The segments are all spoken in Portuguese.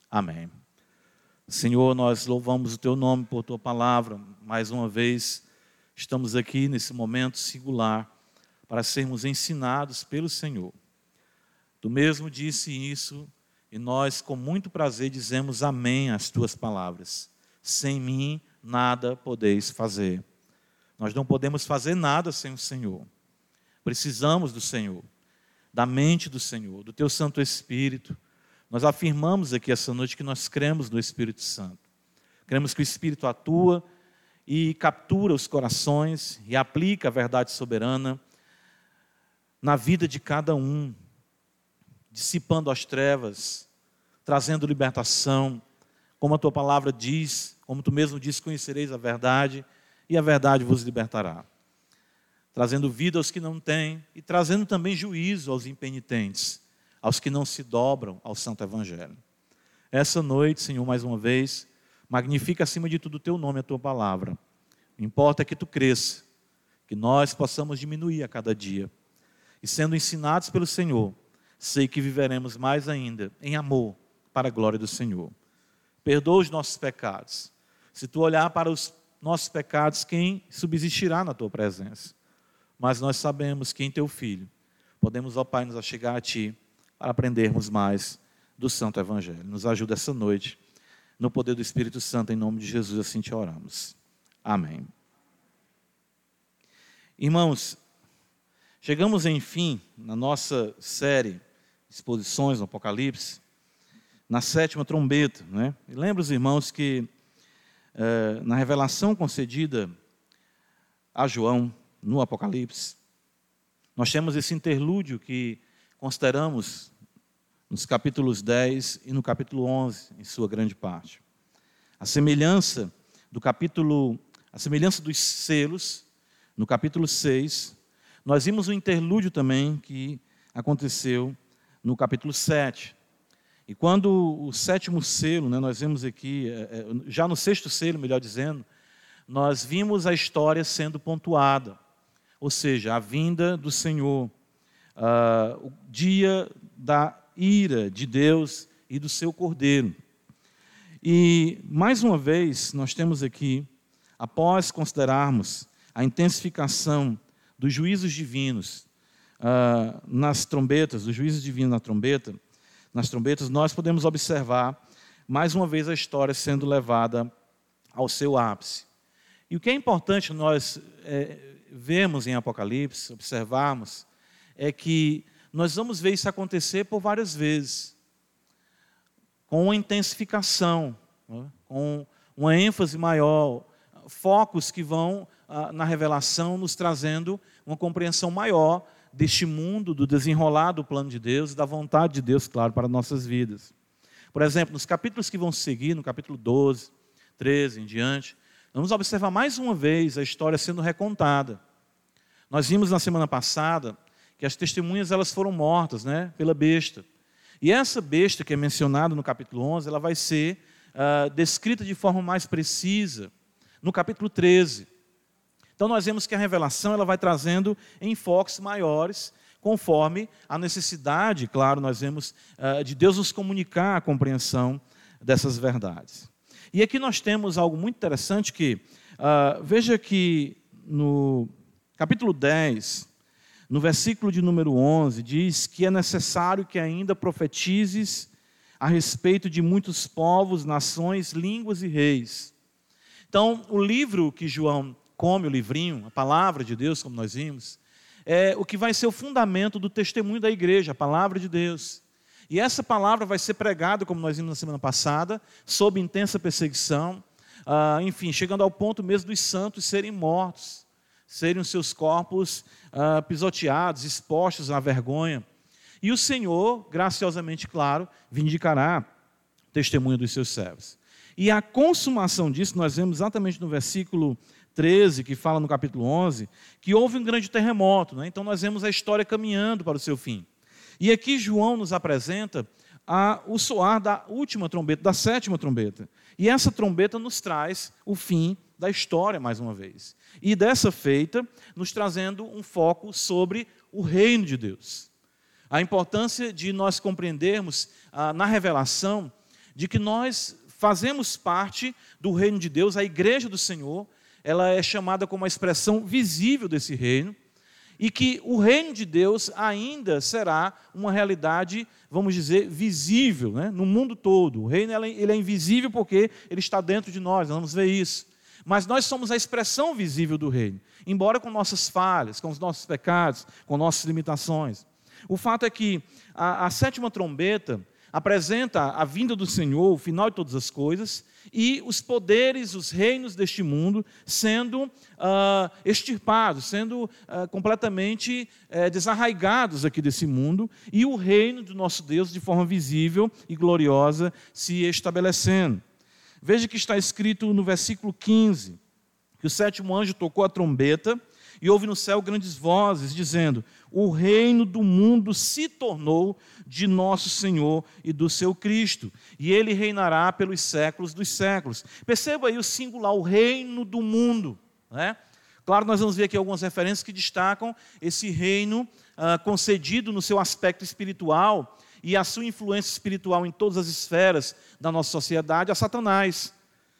Amém. Senhor, nós louvamos o Teu nome por Tua palavra. Mais uma vez, estamos aqui nesse momento singular para sermos ensinados pelo Senhor. Tu mesmo disse isso e nós, com muito prazer, dizemos amém às Tuas palavras. Sem mim, nada podeis fazer. Nós não podemos fazer nada sem o Senhor. Precisamos do Senhor, da mente do Senhor, do Teu Santo Espírito. Nós afirmamos aqui essa noite que nós cremos no Espírito Santo. Cremos que o Espírito atua e captura os corações e aplica a verdade soberana na vida de cada um, dissipando as trevas, trazendo libertação. Como a Tua palavra diz, como Tu mesmo diz, conhecereis a verdade e a verdade vos libertará. Trazendo vida aos que não têm e trazendo também juízo aos impenitentes, aos que não se dobram ao Santo Evangelho. Essa noite, Senhor, mais uma vez, magnifica acima de tudo o Teu nome, a Tua palavra. O importa é que Tu cresça, que nós possamos diminuir a cada dia. E sendo ensinados pelo Senhor, sei que viveremos mais ainda em amor para a glória do Senhor. Perdoa os nossos pecados. Se Tu olhar para os nossos pecados, quem subsistirá na Tua presença? Mas nós sabemos que em Teu Filho podemos, ó Pai, nos achegar a Ti para aprendermos mais do Santo Evangelho. Nos ajuda essa noite, no poder do Espírito Santo, em nome de Jesus, assim te oramos. Amém. Irmãos, chegamos, enfim, na nossa série de exposições no Apocalipse, na 7ª trombeta, né? E lembra os irmãos que na revelação concedida a João no Apocalipse, nós temos esse interlúdio que consideramos nos capítulos 10 e no capítulo 11, em sua grande parte. A semelhança dos selos, no capítulo 6, nós vimos um interlúdio também que aconteceu no capítulo 7. E quando o 7º selo, né, nós vemos aqui, já no 6º selo, melhor dizendo, nós vimos a história sendo pontuada, ou seja, a vinda do Senhor, o dia da ira de Deus e do seu Cordeiro. E, mais uma vez, nós temos aqui, após considerarmos a intensificação dos juízos divinos nas trombetas, dos juízos divinos nas trombetas, nós podemos observar, mais uma vez, a história sendo levada ao seu ápice. E o que é importante nós vermos em Apocalipse, observarmos, é que nós vamos ver isso acontecer por várias vezes, com uma intensificação, né? Com uma ênfase maior, focos que vão na revelação nos trazendo uma compreensão maior deste mundo, do desenrolar do plano de Deus e da vontade de Deus, claro, para nossas vidas. Por exemplo, nos capítulos que vão seguir, no capítulo 12, 13 em diante, vamos observar mais uma vez a história sendo recontada. Nós vimos na semana passada que as testemunhas elas foram mortas, né, pela besta. E essa besta que é mencionada no capítulo 11, ela vai ser descrita de forma mais precisa no capítulo 13. Então nós vemos que a revelação ela vai trazendo enfoques maiores, conforme a necessidade, claro, nós vemos de Deus nos comunicar a compreensão dessas verdades. E aqui nós temos algo muito interessante que, veja que no capítulo 10, no versículo de número 11, diz que é necessário que ainda profetizes a respeito de muitos povos, nações, línguas e reis. Então, o livro que João come, o livrinho, a palavra de Deus, como nós vimos, é o que vai ser o fundamento do testemunho da igreja, a palavra de Deus. E essa palavra vai ser pregada, como nós vimos na semana passada, sob intensa perseguição, enfim, chegando ao ponto mesmo dos santos serem mortos, serem os seus corpos pisoteados, expostos à vergonha. E o Senhor, graciosamente, claro, vindicará o testemunho dos seus servos. E a consumação disso, nós vemos exatamente no versículo 13, que fala no capítulo 11, que houve um grande terremoto, né? Então nós vemos a história caminhando para o seu fim. E aqui João nos apresenta o soar da última trombeta, da 7ª trombeta. E essa trombeta nos traz o fim da história, mais uma vez. E dessa feita, nos trazendo um foco sobre o reino de Deus. A importância de nós compreendermos na revelação de que nós fazemos parte do reino de Deus, a igreja do Senhor, ela é chamada como a expressão visível desse reino, e que o reino de Deus ainda será uma realidade, vamos dizer, visível, né, no mundo todo. O reino ele é invisível porque ele está dentro de nós vamos ver isso. Mas nós somos a expressão visível do reino, embora com nossas falhas, com os nossos pecados, com nossas limitações. O fato é que a sétima trombeta apresenta a vinda do Senhor, o final de todas as coisas, e os poderes, os reinos deste mundo sendo extirpados, sendo completamente desarraigados aqui desse mundo, e o reino do nosso Deus de forma visível e gloriosa se estabelecendo. Veja que está escrito no versículo 15, que o sétimo anjo tocou a trombeta, e houve no céu grandes vozes, dizendo: o reino do mundo se tornou de nosso Senhor e do seu Cristo, e ele reinará pelos séculos dos séculos. Perceba aí o singular, o reino do mundo, né? Claro, nós vamos ver aqui algumas referências que destacam esse reino concedido no seu aspecto espiritual e a sua influência espiritual em todas as esferas da nossa sociedade a Satanás.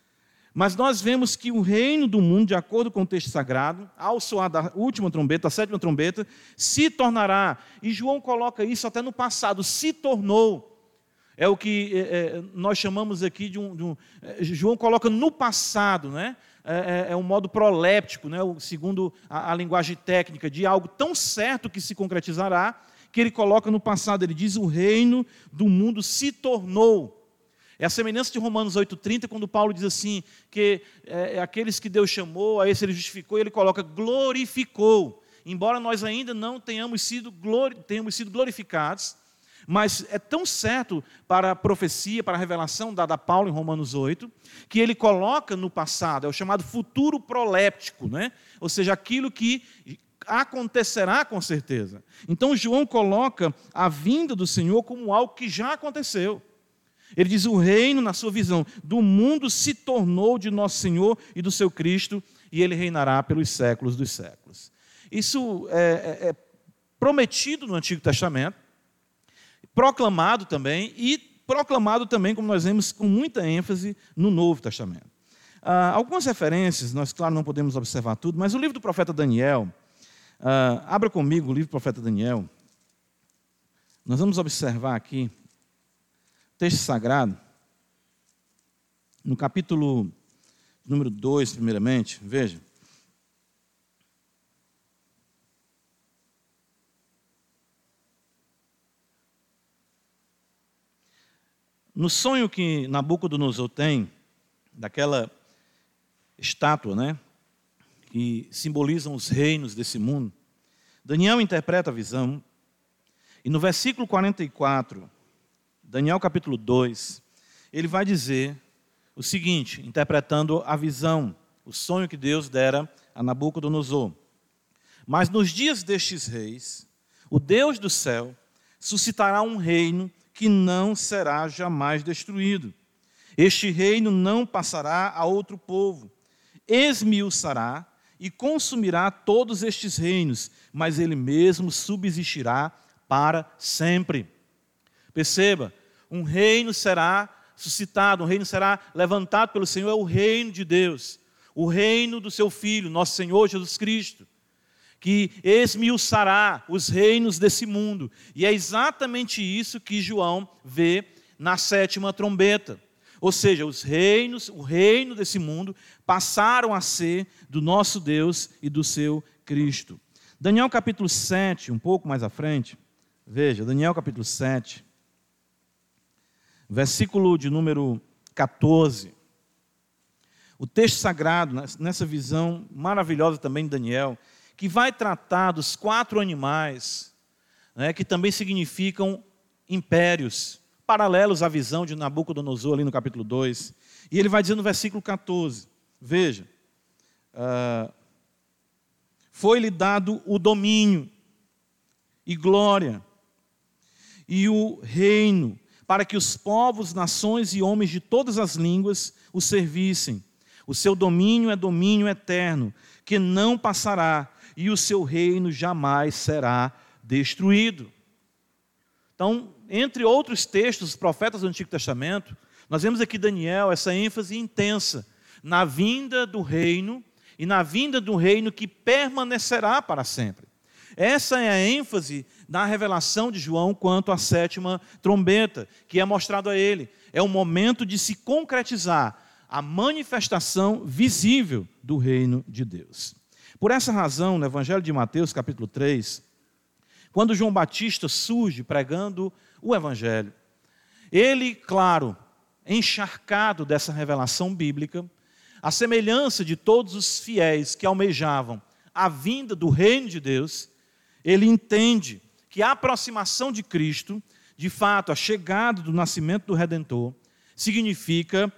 Mas nós vemos que o reino do mundo, de acordo com o texto sagrado, ao soar da última trombeta, a sétima trombeta, se tornará, e João coloca isso até no passado, se tornou. É o que nós chamamos aqui de João coloca no passado, né? É um modo proléptico, né? Segundo a linguagem técnica, de algo tão certo que se concretizará, que ele coloca no passado, ele diz: o reino do mundo se tornou. É a semelhança de Romanos 8,30, quando Paulo diz assim, que aqueles que Deus chamou, a esse ele justificou, e ele coloca glorificou. Embora nós ainda não tenhamos sido glorificados, mas é tão certo para a profecia, para a revelação dada a Paulo em Romanos 8, que ele coloca no passado, é o chamado futuro proléptico, né? Ou seja, aquilo que acontecerá com certeza. Então João coloca a vinda do Senhor como algo que já aconteceu. Ele diz: o reino, na sua visão, do mundo se tornou de nosso Senhor e do seu Cristo, e ele reinará pelos séculos dos séculos. Isso é prometido no Antigo Testamento, proclamado também, como nós vemos com muita ênfase no Novo Testamento. Algumas referências, nós, claro, não podemos observar tudo, mas o livro do profeta Daniel, abra comigo o livro do profeta Daniel, nós vamos observar aqui, texto sagrado, no capítulo número 2, primeiramente, veja. No sonho que Nabucodonosor tem, daquela estátua, né, que simbolizam os reinos desse mundo, Daniel interpreta a visão, e no versículo 44, Daniel capítulo 2, ele vai dizer o seguinte, interpretando a visão, o sonho que Deus dera a Nabucodonosor: mas nos dias destes reis, o Deus do céu suscitará um reino que não será jamais destruído. Este reino não passará a outro povo, esmiuçará e consumirá todos estes reinos, mas ele mesmo subsistirá para sempre. Perceba, um reino será suscitado, um reino será levantado pelo Senhor, é o reino de Deus, o reino do seu Filho, nosso Senhor Jesus Cristo, que esmiuçará os reinos desse mundo. E é exatamente isso que João vê na sétima trombeta. Ou seja, os reinos, o reino desse mundo passaram a ser do nosso Deus e do seu Cristo. Daniel capítulo 7, um pouco mais à frente, veja, Daniel capítulo 7, versículo de número 14. O texto sagrado, nessa visão maravilhosa também de Daniel, que vai tratar dos 4 animais, né, que também significam impérios, paralelos à visão de Nabucodonosor ali no capítulo 2. E ele vai dizer no versículo 14, veja, foi-lhe dado o domínio e glória e o reino, para que os povos, nações e homens de todas as línguas o servissem. O seu domínio é domínio eterno, que não passará, e o seu reino jamais será destruído. Então, entre outros textos, os profetas do Antigo Testamento Nós vemos aqui Daniel, essa ênfase intensa na vinda do reino e na vinda do reino que permanecerá para sempre. Essa é a ênfase na revelação de João quanto à 7ª trombeta, que é mostrado a ele. É o momento de se concretizar a manifestação visível do reino de Deus. Por essa razão, no Evangelho de Mateus, capítulo 3, quando João Batista surge pregando o Evangelho, ele, claro, encharcado dessa revelação bíblica, a semelhança de todos os fiéis que almejavam a vinda do reino de Deus, ele entende que a aproximação de Cristo, de fato, a chegada do nascimento do Redentor, significa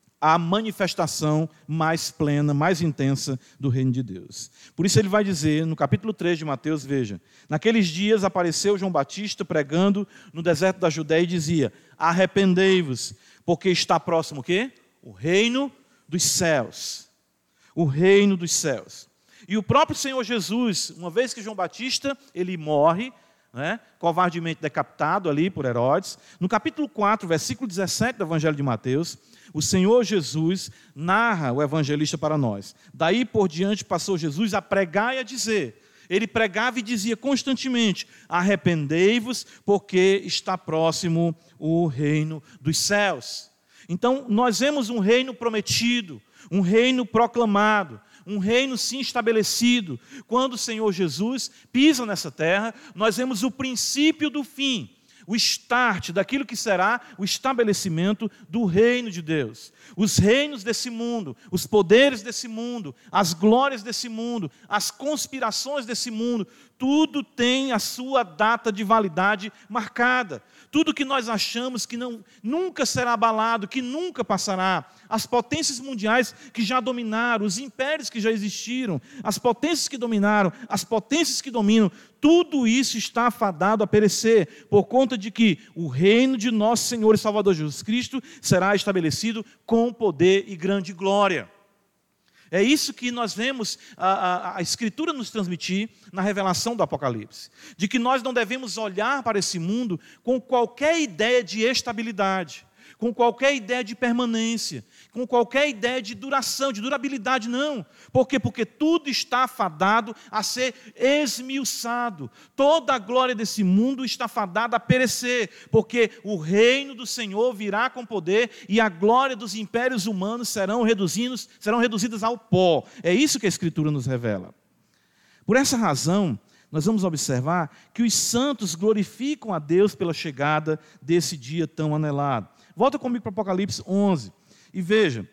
a manifestação mais plena, mais intensa do reino de Deus. Por isso ele vai dizer, no capítulo 3 de Mateus, veja, naqueles dias apareceu João Batista pregando no deserto da Judéia e dizia, arrependei-vos, porque está próximo o quê? O reino dos céus. O reino dos céus. E o próprio Senhor Jesus, uma vez que João Batista, ele morre, covardemente decapitado ali por Herodes, no capítulo 4, versículo 17 do Evangelho de Mateus, o Senhor Jesus narra o evangelista para nós. Daí por diante passou Jesus a pregar e a dizer. Ele pregava e dizia constantemente, arrependei-vos, porque está próximo o reino dos céus. Então, nós vemos um reino prometido, um reino proclamado, um reino sim estabelecido. Quando o Senhor Jesus pisa nessa terra, nós vemos o princípio do fim, o start daquilo que será o estabelecimento do reino de Deus. Os reinos desse mundo, os poderes desse mundo, as glórias desse mundo, as conspirações desse mundo, tudo tem a sua data de validade marcada. Tudo que nós achamos que nunca será abalado, que nunca passará, as potências mundiais que já dominaram, os impérios que já existiram, as potências que dominaram, as potências que dominam, tudo isso está fadado a perecer, por conta de que o reino de nosso Senhor e Salvador Jesus Cristo será estabelecido com poder e grande glória. É isso que nós vemos a Escritura nos transmitir na revelação do Apocalipse. De que nós não devemos olhar para esse mundo com qualquer ideia de estabilidade, com qualquer ideia de permanência, com qualquer ideia de duração, de durabilidade, não. Por quê? Porque tudo está fadado a ser esmiuçado. Toda a glória desse mundo está fadada a perecer, porque o reino do Senhor virá com poder e a glória dos impérios humanos serão reduzidas ao pó. É isso que a Escritura nos revela. Por essa razão, nós vamos observar que os santos glorificam a Deus pela chegada desse dia tão anelado. Volta comigo para Apocalipse 11 e veja,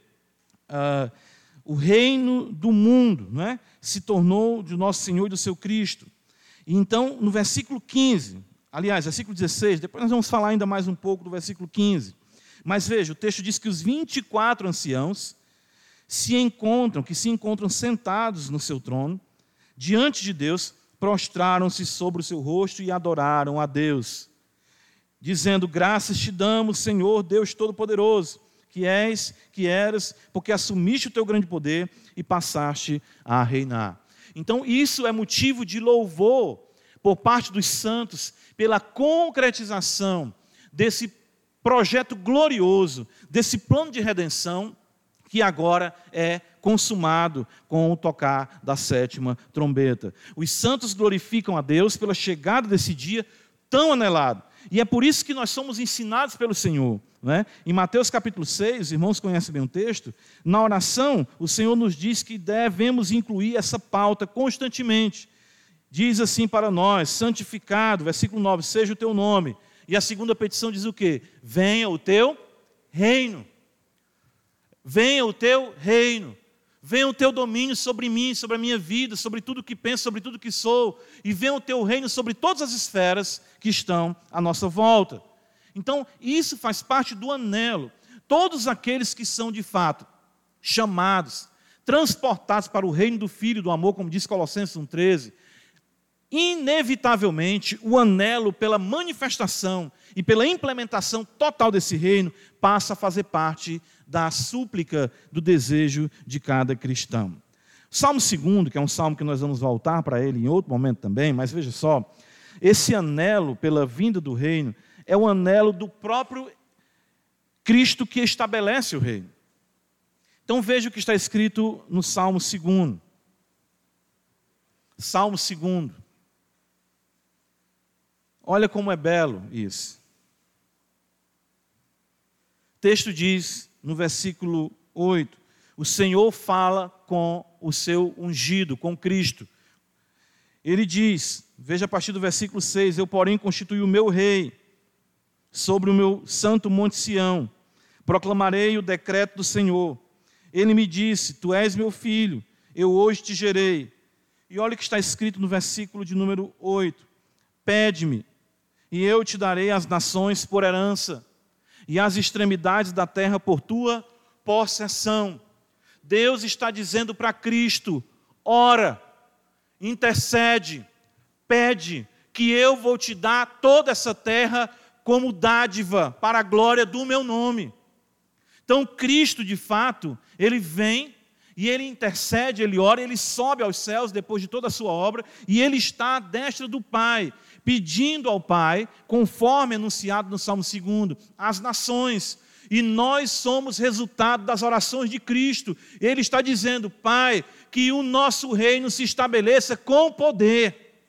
o reino do mundo se tornou de nosso Senhor e do seu Cristo. E então, no versículo 15, aliás, versículo 16, depois nós vamos falar ainda mais um pouco do versículo 15. Mas veja, o texto diz que os 24 anciãos se encontram sentados no seu trono, diante de Deus, prostraram-se sobre o seu rosto e adoraram a Deus, dizendo, graças te damos, Senhor Deus Todo-Poderoso, que eras, porque assumiste o teu grande poder e passaste a reinar. Então, isso é motivo de louvor por parte dos santos, pela concretização desse projeto glorioso, desse plano de redenção, que agora é consumado com o tocar da 7ª trombeta. Os santos glorificam a Deus pela chegada desse dia tão anelado. E é por isso que nós somos ensinados pelo Senhor. Em Mateus capítulo 6, os irmãos conhecem bem o texto, na oração o Senhor nos diz que devemos incluir essa pauta constantemente. Diz assim para nós, santificado, versículo 9, seja o teu nome. E a segunda petição diz o quê? Venha o teu reino. Venha o teu reino. Venha o teu domínio sobre mim, sobre a minha vida, sobre tudo que penso, sobre tudo que sou. E venha o teu reino sobre todas as esferas que estão à nossa volta. Então, isso faz parte do anelo. Todos aqueles que são, de fato, chamados, transportados para o reino do Filho do amor, como diz Colossenses 1,13, inevitavelmente, o anelo pela manifestação e pela implementação total desse reino passa a fazer parte da súplica, do desejo de cada cristão. O Salmo 2, que é um salmo que nós vamos voltar para ele em outro momento também, mas veja só, esse anelo pela vinda do reino é o anelo do próprio Cristo que estabelece o reino. Então veja o que está escrito no Salmo 2. Salmo 2. Olha como é belo isso. O texto diz, no versículo 8, o Senhor fala com o seu ungido, com Cristo. Ele diz, veja a partir do versículo 6, eu, porém, constituí o meu rei sobre o meu santo monte Sião. Proclamarei o decreto do Senhor. Ele me disse, tu és meu filho, eu hoje te gerei. E olha o que está escrito no versículo de número 8. Pede-me, e eu te darei as nações por herança, e as extremidades da terra por tua possessão. Deus está dizendo para Cristo, ora, intercede, pede, que eu vou te dar toda essa terra como dádiva para a glória do meu nome. Então Cristo, de fato, ele vem e ele intercede, ele ora, ele sobe aos céus depois de toda a sua obra e ele está à destra do Pai, pedindo ao Pai, conforme anunciado no Salmo 2, as nações. E nós somos resultado das orações de Cristo. Ele está dizendo, Pai, que o nosso reino se estabeleça com poder.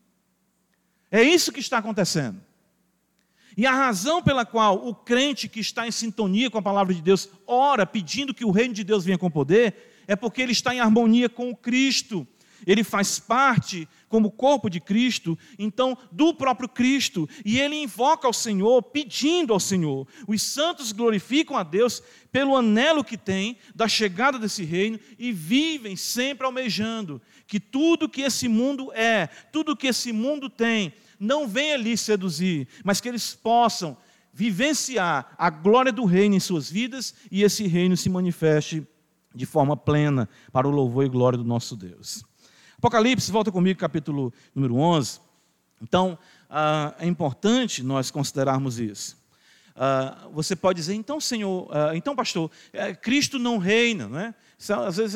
É isso que está acontecendo. E a razão pela qual o crente que está em sintonia com a palavra de Deus ora pedindo que o reino de Deus venha com poder, é porque ele está em harmonia com o Cristo. Ele faz parte, como corpo de Cristo, então, do próprio Cristo. E ele invoca ao Senhor, pedindo ao Senhor. Os santos glorificam a Deus pelo anelo que tem da chegada desse reino e vivem sempre almejando que tudo que esse mundo é, tudo que esse mundo tem, não venha lhe seduzir, mas que eles possam vivenciar a glória do reino em suas vidas e esse reino se manifeste de forma plena para o louvor e glória do nosso Deus. Apocalipse, volta comigo, capítulo número 11. Então, é importante nós considerarmos isso. Você pode dizer, então, Senhor, então, pastor, Cristo não reina, não é? Isso, às vezes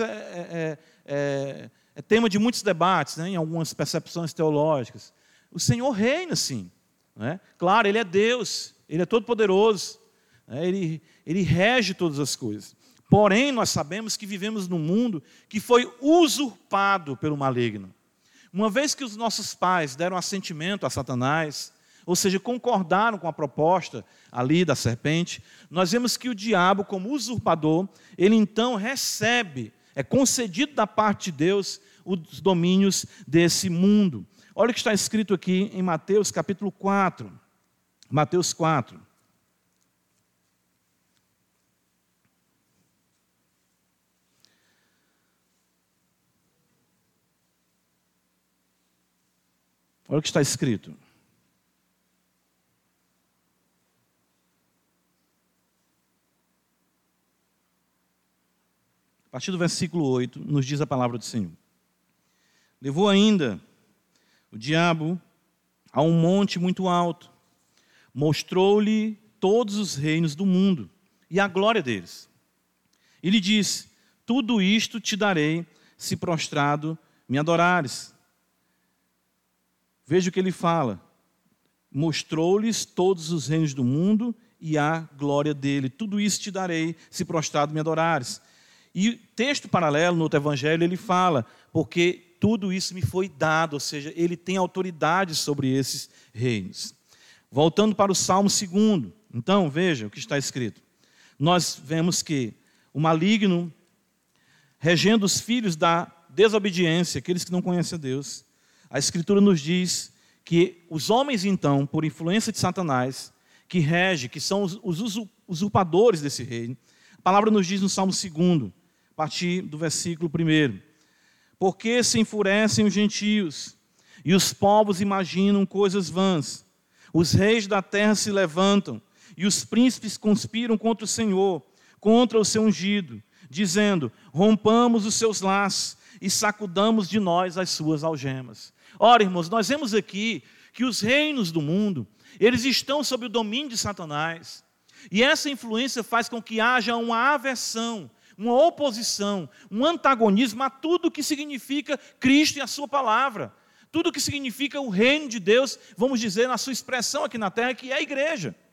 é tema de muitos debates, né, em algumas percepções teológicas. O Senhor reina, sim. Não é? Claro, Ele é Deus, Ele é todo-poderoso, né? Ele rege todas as coisas. Porém, nós sabemos que vivemos num mundo que foi usurpado pelo maligno. Uma vez que os nossos pais deram assentimento a Satanás, ou seja, concordaram com a proposta ali da serpente, nós vemos que o diabo, como usurpador, ele então recebe, é concedido da parte de Deus, os domínios desse mundo. Olha o que está escrito aqui em Mateus capítulo 4. Mateus 4. Olha o que está escrito. A partir do versículo 8, nos diz a palavra do Senhor. Levou ainda o diabo a um monte muito alto, mostrou-lhe todos os reinos do mundo e a glória deles. E lhe disse, tudo isto te darei, se prostrado me adorares. Veja o que ele fala. Mostrou-lhes todos os reinos do mundo e a glória dele. Tudo isso te darei, se prostrado me adorares. E texto paralelo no outro evangelho, ele fala, porque tudo isso me foi dado, ou seja, ele tem autoridade sobre esses reinos. Voltando para o Salmo 2, então, veja o que está escrito. Nós vemos que o maligno, regendo os filhos da desobediência, aqueles que não conhecem a Deus, a Escritura nos diz que os homens, então, por influência de Satanás, que rege, que são os usurpadores desse reino, a palavra nos diz no Salmo 2, a partir do versículo 1. Porque se enfurecem os gentios, e os povos imaginam coisas vãs. Os reis da terra se levantam, e os príncipes conspiram contra o Senhor, contra o seu ungido, dizendo, rompamos os seus laços, e sacudamos de nós as suas algemas. Ora, irmãos, nós vemos aqui que os reinos do mundo, eles estão sob o domínio de Satanás. E essa influência faz com que haja uma aversão, uma oposição, um antagonismo a tudo que significa Cristo e a sua palavra. Tudo que significa o reino de Deus, vamos dizer, na sua expressão aqui na terra, que é a igreja.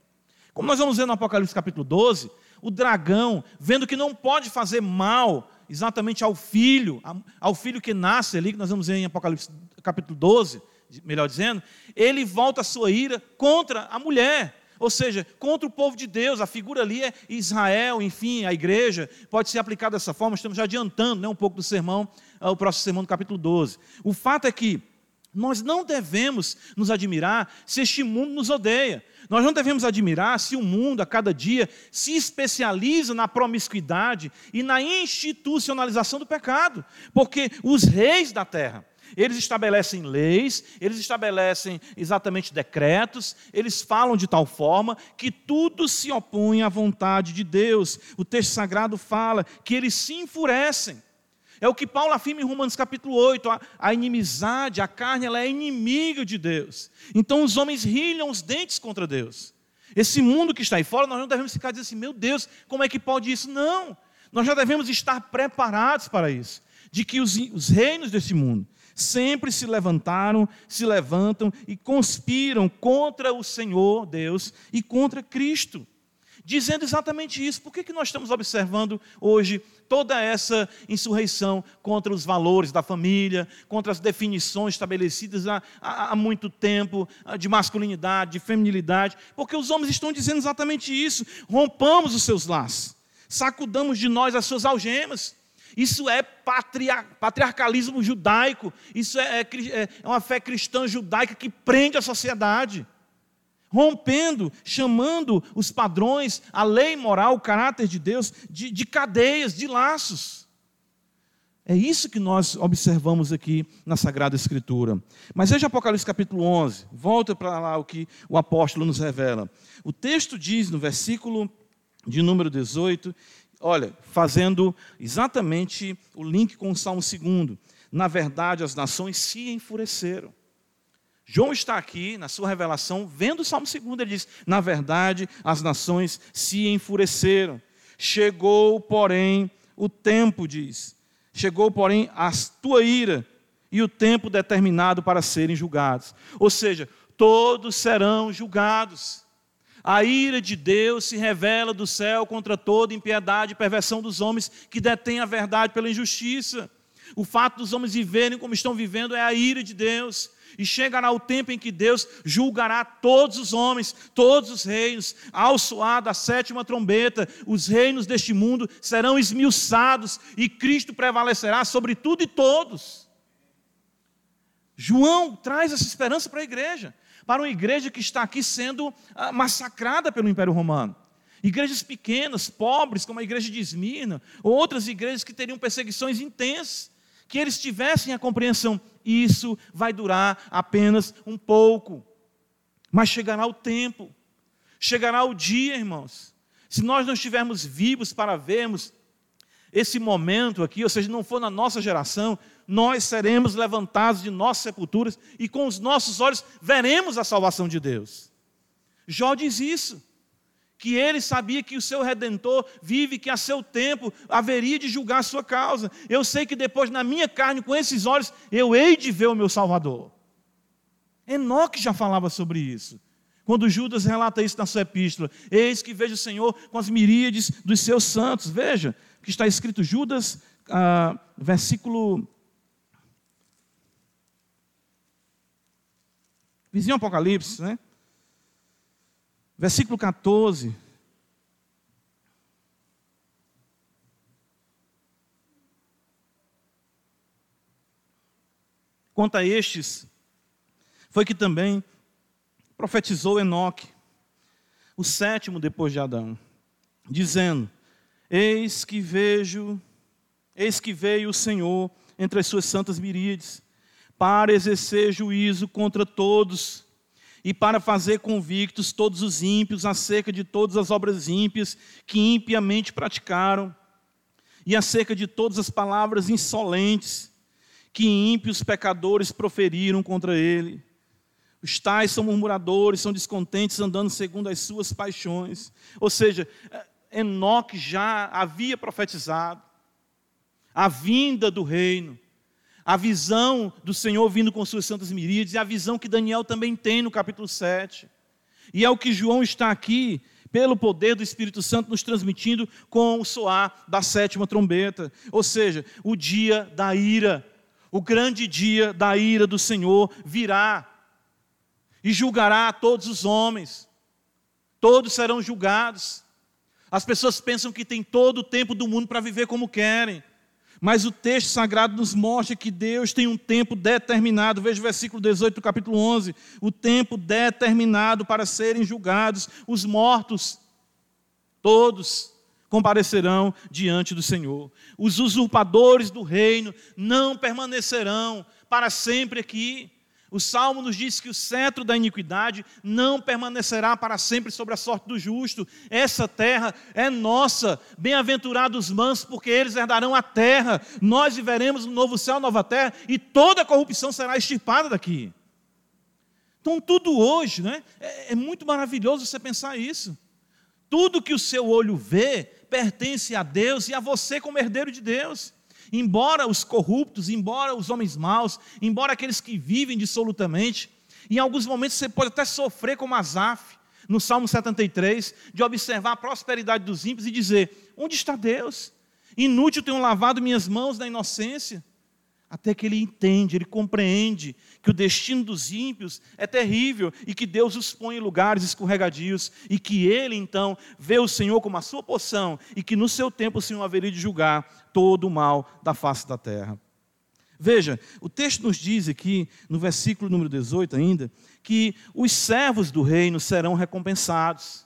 Como nós vamos ver no Apocalipse capítulo 12, o dragão, vendo que não pode fazer mal exatamente ao filho que nasce ali, que nós vamos ver em Apocalipse capítulo 12, melhor dizendo, ele volta a sua ira contra a mulher, ou seja, contra o povo de Deus. A figura ali é Israel, enfim, a igreja, pode ser aplicada dessa forma. Estamos já adiantando, né, um pouco do sermão, o próximo sermão do capítulo 12. O fato é que nós não devemos nos admirar se este mundo nos odeia. Nós não devemos admirar se o mundo, a cada dia, se especializa na promiscuidade e na institucionalização do pecado. Porque os reis da terra, eles estabelecem leis, eles estabelecem exatamente decretos, eles falam de tal forma que tudo se opõe à vontade de Deus. O texto sagrado fala que eles se enfurecem. É o que Paulo afirma em Romanos capítulo 8, a inimizade, a carne, ela é inimiga de Deus. Então os homens rilham os dentes contra Deus. Esse mundo que está aí fora, nós não devemos ficar dizendo assim, meu Deus, como é que pode isso? Não, nós já devemos estar preparados para isso. De que os reinos desse mundo sempre se levantaram, se levantam e conspiram contra o Senhor Deus e contra Cristo. Dizendo exatamente isso. Por que nós estamos observando hoje toda essa insurreição contra os valores da família, contra as definições estabelecidas há muito tempo, de masculinidade, de feminilidade? Porque os homens estão dizendo exatamente isso. Rompamos os seus laços, sacudamos de nós as suas algemas. Isso é patriarcalismo judaico, isso é uma fé cristã judaica que prende a sociedade. Rompendo, chamando os padrões, a lei moral, o caráter de Deus, de cadeias, de laços. É isso que nós observamos aqui na Sagrada Escritura. Mas veja Apocalipse capítulo 11, volta para lá o que o apóstolo nos revela. O texto diz no versículo de número 18, olha, fazendo exatamente o link com o Salmo 2, na verdade as nações se enfureceram. João está aqui, na sua revelação, vendo o Salmo 2, ele diz, na verdade, as nações se enfureceram. Chegou, porém, o tempo, diz, chegou, porém, a tua ira e o tempo determinado para serem julgados. Ou seja, todos serão julgados. A ira de Deus se revela do céu contra toda impiedade e perversão dos homens que detêm a verdade pela injustiça. O fato dos homens viverem como estão vivendo é a ira de Deus. E chegará o tempo em que Deus julgará todos os homens, todos os reinos. Ao soar da 7ª trombeta, os reinos deste mundo serão esmiuçados e Cristo prevalecerá sobre tudo e todos. João traz essa esperança para a igreja, para uma igreja que está aqui sendo massacrada pelo Império Romano. Igrejas pequenas, pobres, como a igreja de Esmirna, ou outras igrejas que teriam perseguições intensas, que eles tivessem a compreensão, isso vai durar apenas um pouco, mas chegará o tempo, chegará o dia, irmãos, se nós não estivermos vivos para vermos esse momento aqui, ou seja, não for na nossa geração, nós seremos levantados de nossas sepulturas e com os nossos olhos veremos a salvação de Deus. Jó diz isso, que ele sabia que o seu Redentor vive, que a seu tempo haveria de julgar a sua causa. Eu sei que depois na minha carne, com esses olhos, eu hei de ver o meu Salvador. Enoque já falava sobre isso. Quando Judas relata isso na sua epístola, eis que vejo o Senhor com as miríades dos seus santos. Veja o que está escrito, Judas, versículo... Vizinho Apocalipse, né? Versículo 14. Quanto a estes, foi que também profetizou Enoque, o 7º depois de Adão, dizendo, eis que veio o Senhor entre as suas santas miríades, para exercer juízo contra todos, e para fazer convictos todos os ímpios acerca de todas as obras ímpias que impiamente praticaram, e acerca de todas as palavras insolentes que ímpios pecadores proferiram contra ele. Os tais são murmuradores, são descontentes, andando segundo as suas paixões. Ou seja, Enoque já havia profetizado a vinda do reino, a visão do Senhor vindo com suas santas miríades, e a visão que Daniel também tem no capítulo 7. E é o que João está aqui pelo poder do Espírito Santo nos transmitindo com o soar da 7ª trombeta. Ou seja, o dia da ira, o grande dia da ira do Senhor virá e julgará todos os homens. Todos serão julgados. As pessoas pensam que tem todo o tempo do mundo para viver como querem. Mas o texto sagrado nos mostra que Deus tem um tempo determinado. Veja o versículo 18 do capítulo 11. O tempo determinado para serem julgados. Os mortos, todos, comparecerão diante do Senhor. Os usurpadores do reino não permanecerão para sempre aqui. O Salmo nos diz que o cetro da iniquidade não permanecerá para sempre sobre a sorte do justo. Essa terra é nossa. Bem-aventurados os mansos, porque eles herdarão a terra. Nós viveremos no novo céu, nova terra, e toda a corrupção será extirpada daqui. Então tudo hoje, né, é muito maravilhoso você pensar isso. Tudo que o seu olho vê pertence a Deus e a você como herdeiro de Deus. Embora os corruptos, embora os homens maus, embora aqueles que vivem dissolutamente, em alguns momentos você pode até sofrer como Asaf, no Salmo 73, de observar a prosperidade dos ímpios e dizer: onde está Deus? Inútil tenho lavado minhas mãos na inocência. Até que ele entende, ele compreende que o destino dos ímpios é terrível e que Deus os põe em lugares escorregadios e que ele então vê o Senhor como a sua porção e que no seu tempo o Senhor haveria de julgar todo o mal da face da terra. Veja, o texto nos diz aqui, no versículo número 18 ainda, que os servos do reino serão recompensados.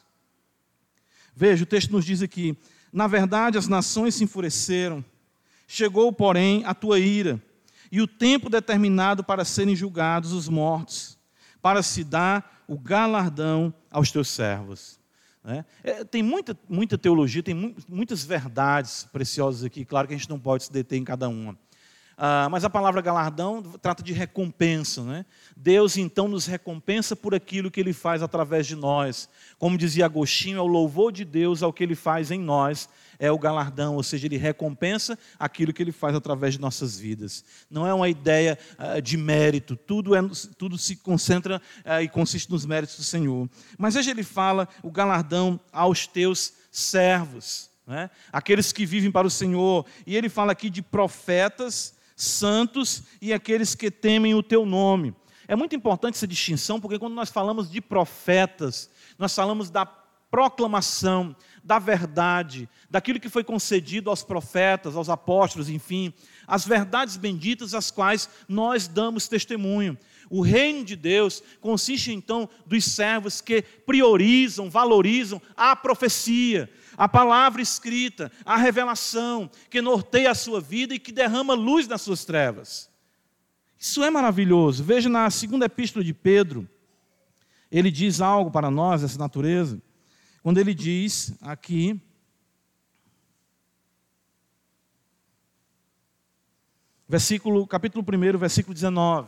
Veja, o texto nos diz aqui: na verdade as nações se enfureceram, chegou, porém, a tua ira, e o tempo determinado para serem julgados os mortos, para se dar o galardão aos teus servos. Tem muita teologia, tem muitas verdades preciosas aqui, claro que a gente não pode se deter em cada uma. Mas a palavra galardão trata de recompensa, né? Deus então nos recompensa por aquilo que Ele faz através de nós. Como dizia Agostinho, é o louvor de Deus ao que Ele faz em nós, é o galardão, ou seja, Ele recompensa aquilo que Ele faz através de nossas vidas. Não é uma ideia de mérito, tudo se concentra e consiste nos méritos do Senhor. Mas veja, Ele fala o galardão aos teus servos, né? Aqueles que vivem para o Senhor. E Ele fala aqui de profetas, santos e aqueles que temem o teu nome. É muito importante essa distinção, porque quando nós falamos de profetas, nós falamos da proclamação, da verdade, daquilo que foi concedido aos profetas, aos apóstolos, enfim, as verdades benditas às quais nós damos testemunho. O reino de Deus consiste então dos servos que priorizam, valorizam a profecia, a palavra escrita, a revelação, que norteia a sua vida e que derrama luz nas suas trevas. Isso é maravilhoso. Veja na 2ª epístola de Pedro, ele diz algo para nós dessa natureza, quando ele diz aqui, capítulo 1, versículo 19.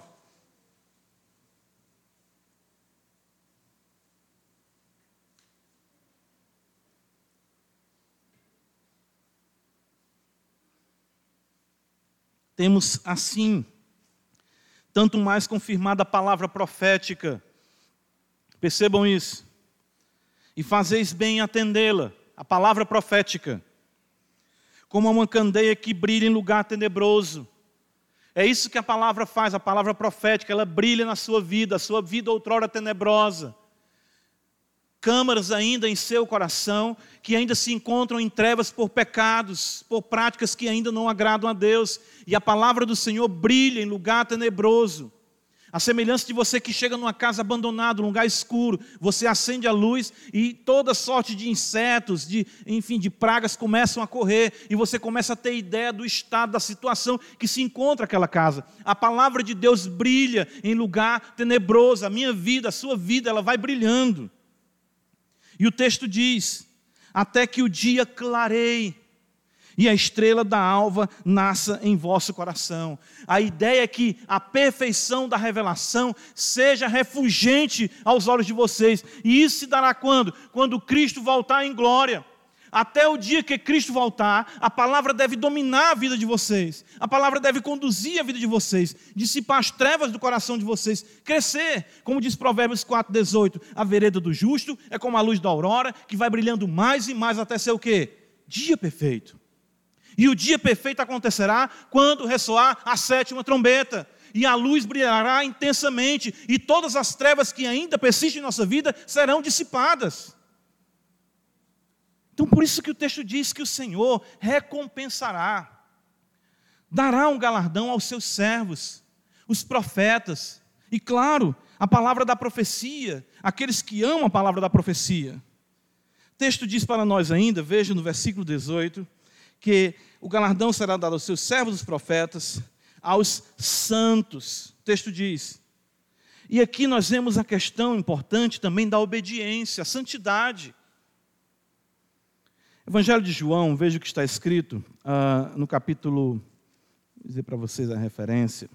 Temos assim, tanto mais confirmada a palavra profética. Percebam isso. E fazeis bem em atendê-la, a palavra profética, como uma candeia que brilha em lugar tenebroso. É isso que a palavra faz, a palavra profética, ela brilha na sua vida, a sua vida outrora tenebrosa. Câmaras ainda em seu coração, que ainda se encontram em trevas por pecados, por práticas que ainda não agradam a Deus. E a palavra do Senhor brilha em lugar tenebroso. A semelhança de você que chega numa casa abandonada, num lugar escuro, você acende a luz e toda sorte de insetos, de pragas começam a correr e você começa a ter ideia do estado, da situação que se encontra aquela casa. A palavra de Deus brilha em lugar tenebroso. A minha vida, a sua vida, ela vai brilhando. E o texto diz: até que o dia clareie e a estrela da alva nasça em vosso coração. A ideia é que a perfeição da revelação seja refulgente aos olhos de vocês. E isso se dará quando? Quando Cristo voltar em glória. até o dia que Cristo voltar, a palavra deve dominar a vida de vocês. A palavra deve conduzir a vida de vocês, dissipar as trevas do coração de vocês, crescer. Como diz Provérbios 4,18, a vereda do justo é como a luz da aurora, que vai brilhando mais e mais até ser o quê? Dia perfeito. E o dia perfeito acontecerá quando ressoar a 7ª trombeta. E a luz brilhará intensamente, e todas as trevas que ainda persistem em nossa vida serão dissipadas. Então, por isso que o texto diz que o Senhor recompensará, dará um galardão aos seus servos, os profetas, e claro, a palavra da profecia, aqueles que amam a palavra da profecia. O texto diz para nós ainda, veja no versículo 18, que o galardão será dado aos seus servos, os profetas, aos santos. O texto diz. E aqui nós vemos a questão importante também da obediência, a santidade. Evangelho de João, veja o que está escrito no capítulo, vou dizer para vocês a referência,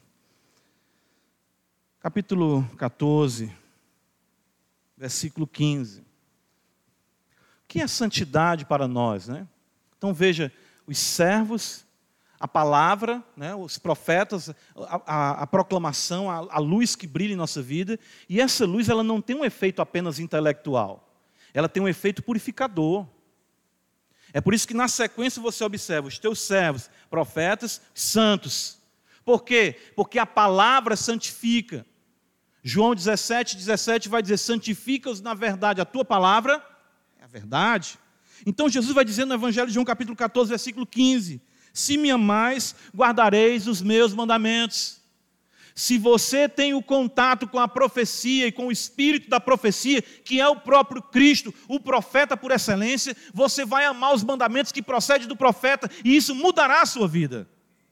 capítulo 14, versículo 15. O que é santidade para nós, né? Então veja, os servos, a palavra, né, os profetas, a proclamação, a luz que brilha em nossa vida, e essa luz ela não tem um efeito apenas intelectual, ela tem um efeito purificador. É por isso que na sequência você observa os teus servos, profetas, santos. Por quê? Porque a palavra santifica. João 17 vai dizer, santifica-os na verdade, a tua palavra é a verdade. Então Jesus vai dizer no Evangelho de João capítulo 14, versículo 15, se me amais, guardareis os meus mandamentos. Se você tem o contato com a profecia e com o espírito da profecia, que é o próprio Cristo, o profeta por excelência, você vai amar os mandamentos que procedem do profeta, e isso mudará a sua vida.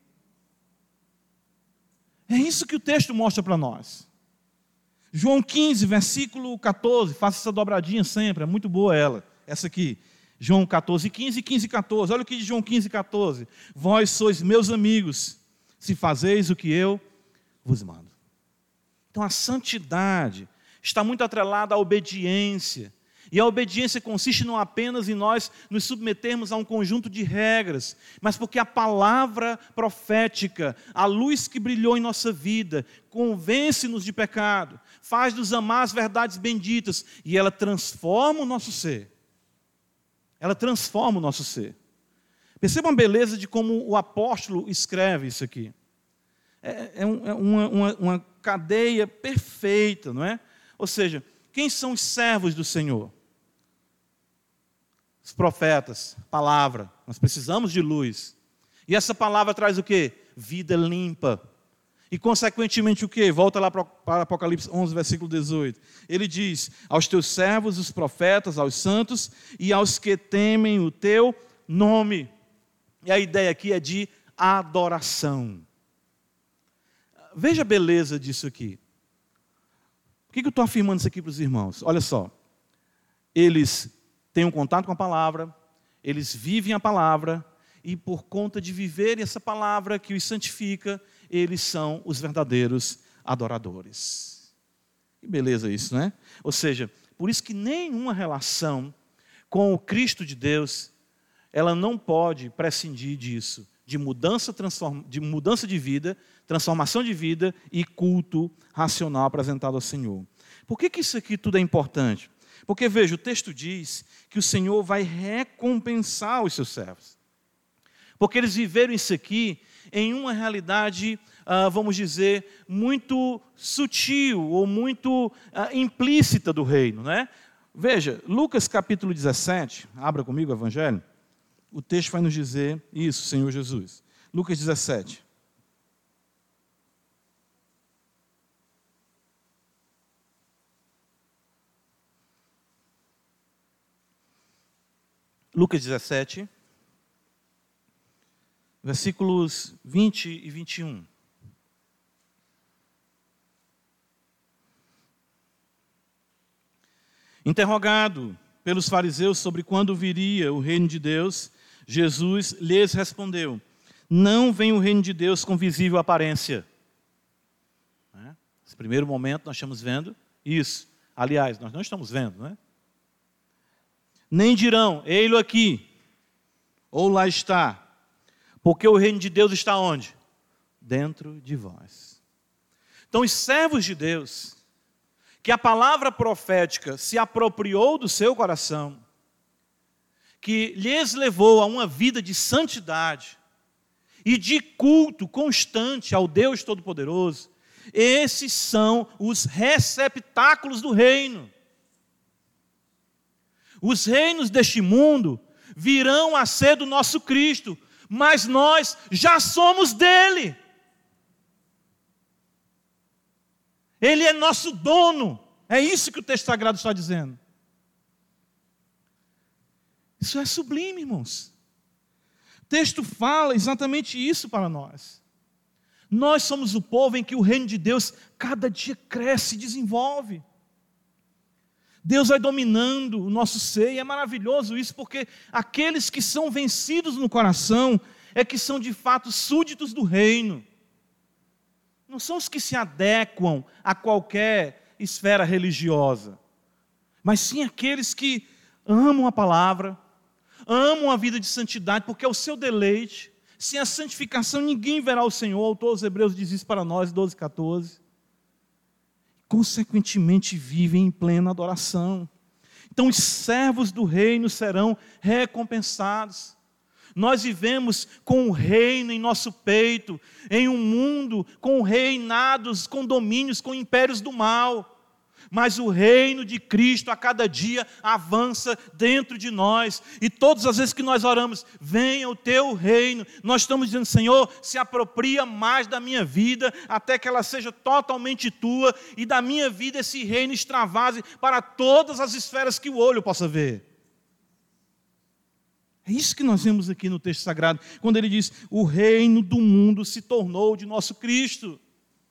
É isso que o texto mostra para nós. João 15, versículo 14, faça essa dobradinha sempre, é muito boa ela, essa aqui. João 14, 15 e 15, 14. Olha o que diz João 15, 14. Vós sois meus amigos, se fazeis o que eu vos mando. Então a santidade está muito atrelada à obediência. E a obediência consiste não apenas em nós nos submetermos a um conjunto de regras, mas porque a palavra profética, a luz que brilhou em nossa vida, convence-nos de pecado, faz-nos amar as verdades benditas, e ela transforma o nosso ser. Ela transforma o nosso ser. Percebam a beleza de como o apóstolo escreve isso aqui. É uma cadeia perfeita, não é? Ou seja, quem são os servos do Senhor? Os profetas, palavra. Nós precisamos de luz. E essa palavra traz o quê? Vida limpa. E, consequentemente, o quê? Volta lá para Apocalipse 11, versículo 18. Ele diz, aos teus servos, os profetas, aos santos e aos que temem o teu nome. E a ideia aqui é de adoração. Veja a beleza disso aqui. Por que eu estou afirmando isso aqui para os irmãos? Olha só. Eles têm um contato com a palavra, eles vivem a palavra, e por conta de viverem essa palavra que os santifica, eles são os verdadeiros adoradores. Que beleza isso, não é? Ou seja, por isso que nenhuma relação com o Cristo de Deus, ela não pode prescindir disso, de mudança de vida, transformação de vida e culto racional apresentado ao Senhor. Por que isso aqui tudo é importante? Porque, veja, o texto diz que o Senhor vai recompensar os seus servos. Porque eles viveram isso aqui em uma realidade, vamos dizer, muito sutil ou muito implícita do reino, né? Veja, Lucas capítulo 17, abra comigo o Evangelho, o texto vai nos dizer isso, Senhor Jesus. Lucas 17. Lucas 17, versículos 20 e 21. Interrogado pelos fariseus sobre quando viria o reino de Deus, Jesus lhes respondeu, não vem o reino de Deus com visível aparência. Nesse primeiro momento nós estamos vendo isso. Aliás, nós não estamos vendo, não é? Nem dirão, ei-lo aqui, Ou lá está. Porque o reino de Deus está onde? Dentro de vós. Então, os servos de Deus, que a palavra profética se apropriou do seu coração, que lhes levou a uma vida de santidade e de culto constante ao Deus Todo-Poderoso, esses são os receptáculos do reino. Os reinos deste mundo virão a ser do nosso Cristo, mas nós já somos dele. Ele é nosso dono. É isso que o texto sagrado está dizendo. Isso é sublime, irmãos. O texto fala exatamente isso para nós. Nós somos o povo em que o reino de Deus cada dia cresce e desenvolve. Deus vai dominando o nosso ser, e é maravilhoso isso, porque aqueles que são vencidos no coração é que são de fato súditos do reino. Não são os que se adequam a qualquer esfera religiosa, mas sim aqueles que amam a palavra, amam a vida de santidade, porque é o seu deleite. Sem a santificação ninguém verá o Senhor. O autor aos Hebreus diz isso para nós, 12:14. Consequentemente vivem em plena adoração. Então os servos do reino serão recompensados. Nós vivemos com o reino em nosso peito, em um mundo com reinados, com domínios, com impérios do mal. Mas o reino de Cristo a cada dia avança dentro de nós. E todas as vezes que nós oramos, venha o teu reino, nós estamos dizendo, Senhor, se apropria mais da minha vida, até que ela seja totalmente tua, e da minha vida esse reino extravase para todas as esferas que o olho possa ver. É isso que nós vemos aqui no texto sagrado, quando ele diz, o reino do mundo se tornou de nosso Cristo.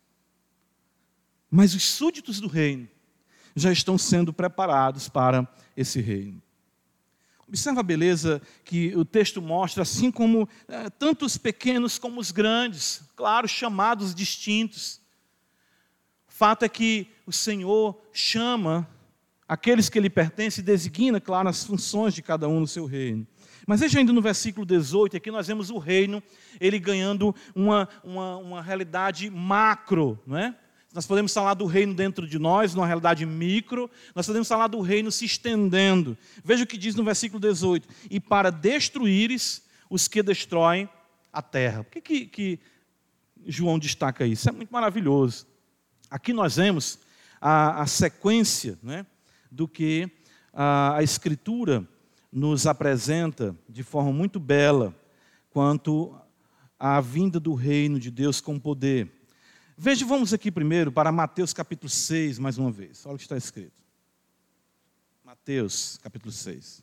Mas os súditos do reino já estão sendo preparados para esse reino. Observa a beleza que o texto mostra, assim como tanto os pequenos como os grandes, claro, chamados distintos. O fato é que o Senhor chama aqueles que lhe pertencem e designa, claro, as funções de cada um no seu reino. Mas veja ainda no versículo 18, aqui nós vemos o reino, ele ganhando uma realidade macro, não é? Nós podemos falar do reino dentro de nós, numa realidade micro, nós podemos falar do reino se estendendo. Veja o que diz no versículo 18, e para destruíres os que destroem a terra. Por que João destaca isso? É muito maravilhoso. Aqui nós vemos a sequência, né, do que a Escritura nos apresenta de forma muito bela quanto à vinda do reino de Deus com poder. Veja, vamos aqui primeiro para Mateus capítulo 6, mais uma vez. Olha o que está escrito. Mateus capítulo 6.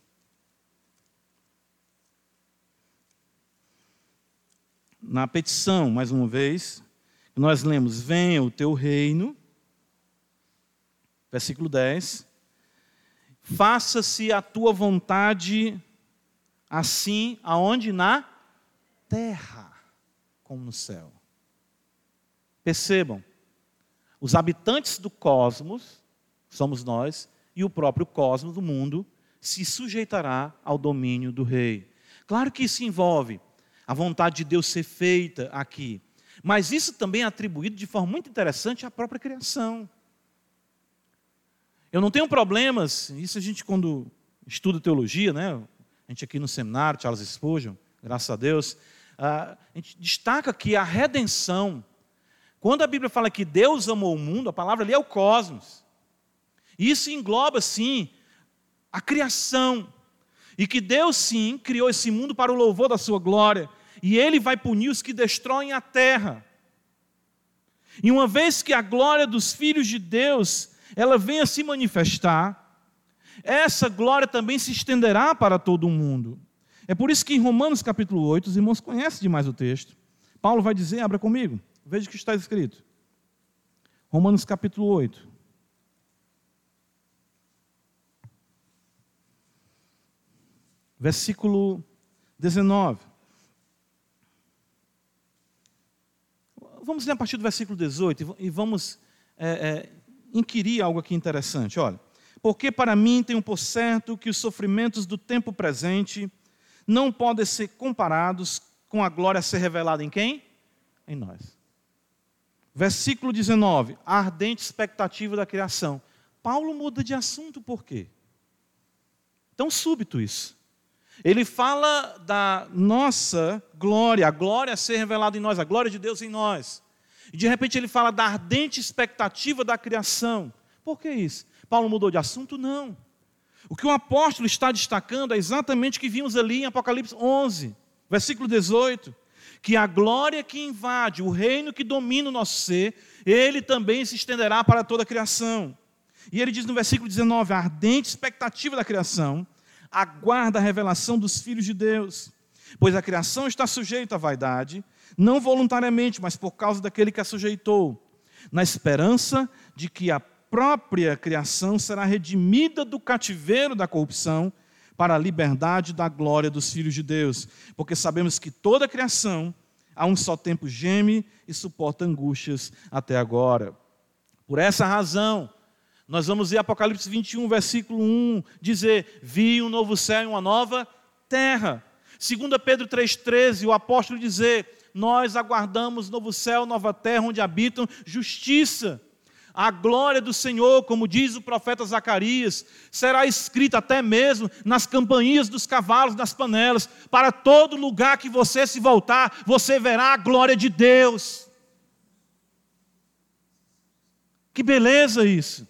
Na petição, mais uma vez, nós lemos, venha o teu reino, versículo 10, faça-se a tua vontade, assim, aonde? Na terra, como no céu. Percebam, os habitantes do cosmos, somos nós, e o próprio cosmos do mundo, se sujeitará ao domínio do rei. Claro que isso envolve a vontade de Deus ser feita aqui, mas isso também é atribuído de forma muito interessante à própria criação. Eu não tenho problemas, isso a gente quando estuda teologia, né? A gente aqui no seminário, Charles Spurgeon, graças a Deus, a gente destaca que a redenção, quando a Bíblia fala que Deus amou o mundo, a palavra ali é o cosmos. Isso engloba, sim, a criação. E que Deus, sim, criou esse mundo para o louvor da sua glória. E Ele vai punir os que destroem a terra. E uma vez que a glória dos filhos de Deus, ela venha se manifestar, essa glória também se estenderá para todo o mundo. É por isso que em Romanos capítulo 8, os irmãos conhecem demais o texto. Paulo vai dizer, abra comigo. Veja o que está escrito. Romanos capítulo 8. Versículo 19. Vamos ler a partir do versículo 18 e vamos inquirir algo aqui interessante. Olha, porque para mim tenho por certo que os sofrimentos do tempo presente não podem ser comparados com a glória a ser revelada em quem? Em nós. Versículo 19, a ardente expectativa da criação. Paulo muda de assunto por quê? Tão súbito isso. Ele fala da nossa glória, a glória a ser revelada em nós, a glória de Deus em nós. E de repente ele fala da ardente expectativa da criação. Por que isso? Paulo mudou de assunto? Não. O que o apóstolo está destacando é exatamente o que vimos ali em Apocalipse 11, versículo 18. Que a glória que invade, o reino que domina o nosso ser, ele também se estenderá para toda a criação. E ele diz no versículo 19, a ardente expectativa da criação aguarda a revelação dos filhos de Deus. Pois a criação está sujeita à vaidade, não voluntariamente, mas por causa daquele que a sujeitou, na esperança de que a própria criação será redimida do cativeiro da corrupção para a liberdade da glória dos filhos de Deus. Porque sabemos que toda a criação, a um só tempo, geme e suporta angústias até agora. Por essa razão, nós vamos ver Apocalipse 21, versículo 1, dizer, vi um novo céu e uma nova terra. 2 Pedro 3,13, o apóstolo dizer, nós aguardamos novo céu, nova terra, onde habitam justiça. A glória do Senhor, como diz o profeta Zacarias, será escrita até mesmo nas campainhas dos cavalos, nas panelas. Para todo lugar que você se voltar, você verá a glória de Deus. Que beleza isso!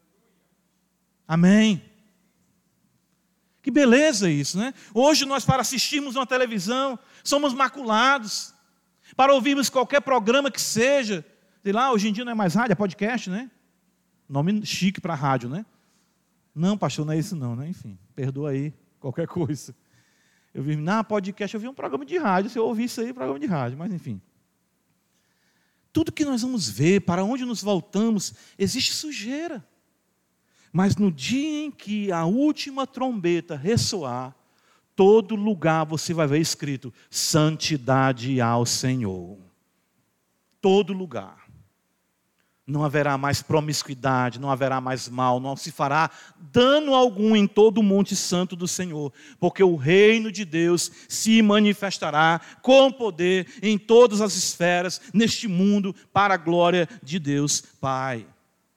Amém. Que beleza isso, né? Hoje nós, para assistirmos uma televisão, somos maculados. Para ouvirmos qualquer programa que seja, sei lá, hoje em dia não é mais rádio, é podcast, né? Nome chique para rádio, né? Não, pastor, não é isso não, né? Enfim, perdoa aí qualquer coisa. Eu vi, podcast, eu vi um programa de rádio, se eu ouvir isso aí, programa de rádio, mas enfim. Tudo que nós vamos ver, para onde nos voltamos, existe sujeira. Mas no dia em que a última trombeta ressoar, todo lugar você vai ver escrito, santidade ao Senhor. Todo lugar. Não haverá mais promiscuidade, não haverá mais mal, não se fará dano algum em todo o monte santo do Senhor, porque o reino de Deus se manifestará com poder em todas as esferas, neste mundo, para a glória de Deus Pai.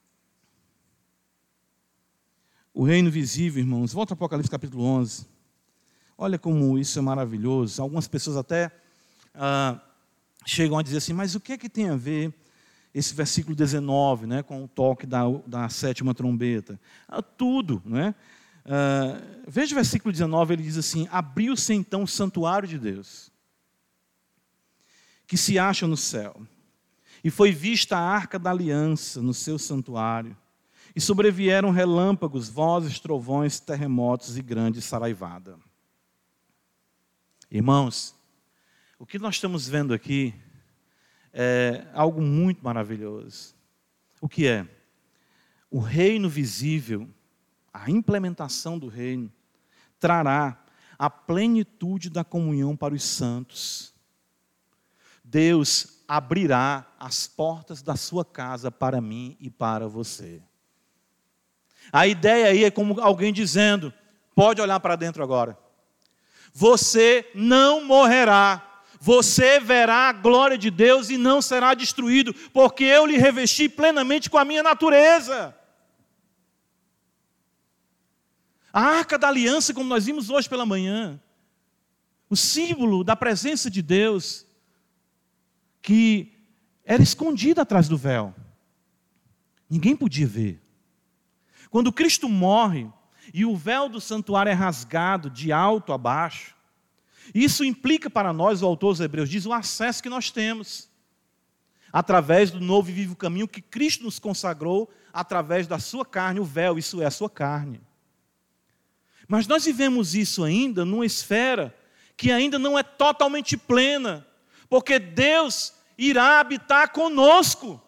O reino visível, irmãos, volta ao Apocalipse capítulo 11. Olha como isso é maravilhoso. Algumas pessoas até chegam a dizer assim, mas o que é que tem a ver esse versículo 19, né, com o toque da sétima trombeta? Tudo, né? Veja o versículo 19, ele diz assim, abriu-se então o santuário de Deus, que se acha no céu, e foi vista a arca da aliança no seu santuário, e sobrevieram relâmpagos, vozes, trovões, terremotos e grande saraivada. Irmãos, o que nós estamos vendo aqui é algo muito maravilhoso. O que é? O reino visível, a implementação do reino, trará a plenitude da comunhão para os santos. Deus abrirá as portas da sua casa para mim e para você. A ideia aí é como alguém dizendo, pode olhar para dentro agora. Você não morrerá, você verá a glória de Deus e não será destruído, porque eu lhe revesti plenamente com a minha natureza. A arca da aliança, como nós vimos hoje pela manhã, o símbolo da presença de Deus, que era escondida atrás do véu. Ninguém podia ver. Quando Cristo morre e o véu do santuário é rasgado de alto a baixo, isso implica para nós, o autor dos Hebreus diz, o acesso que nós temos, através do novo e vivo caminho que Cristo nos consagrou, através da sua carne, o véu, isso é a sua carne. Mas nós vivemos isso ainda numa esfera que ainda não é totalmente plena, porque Deus irá habitar conosco.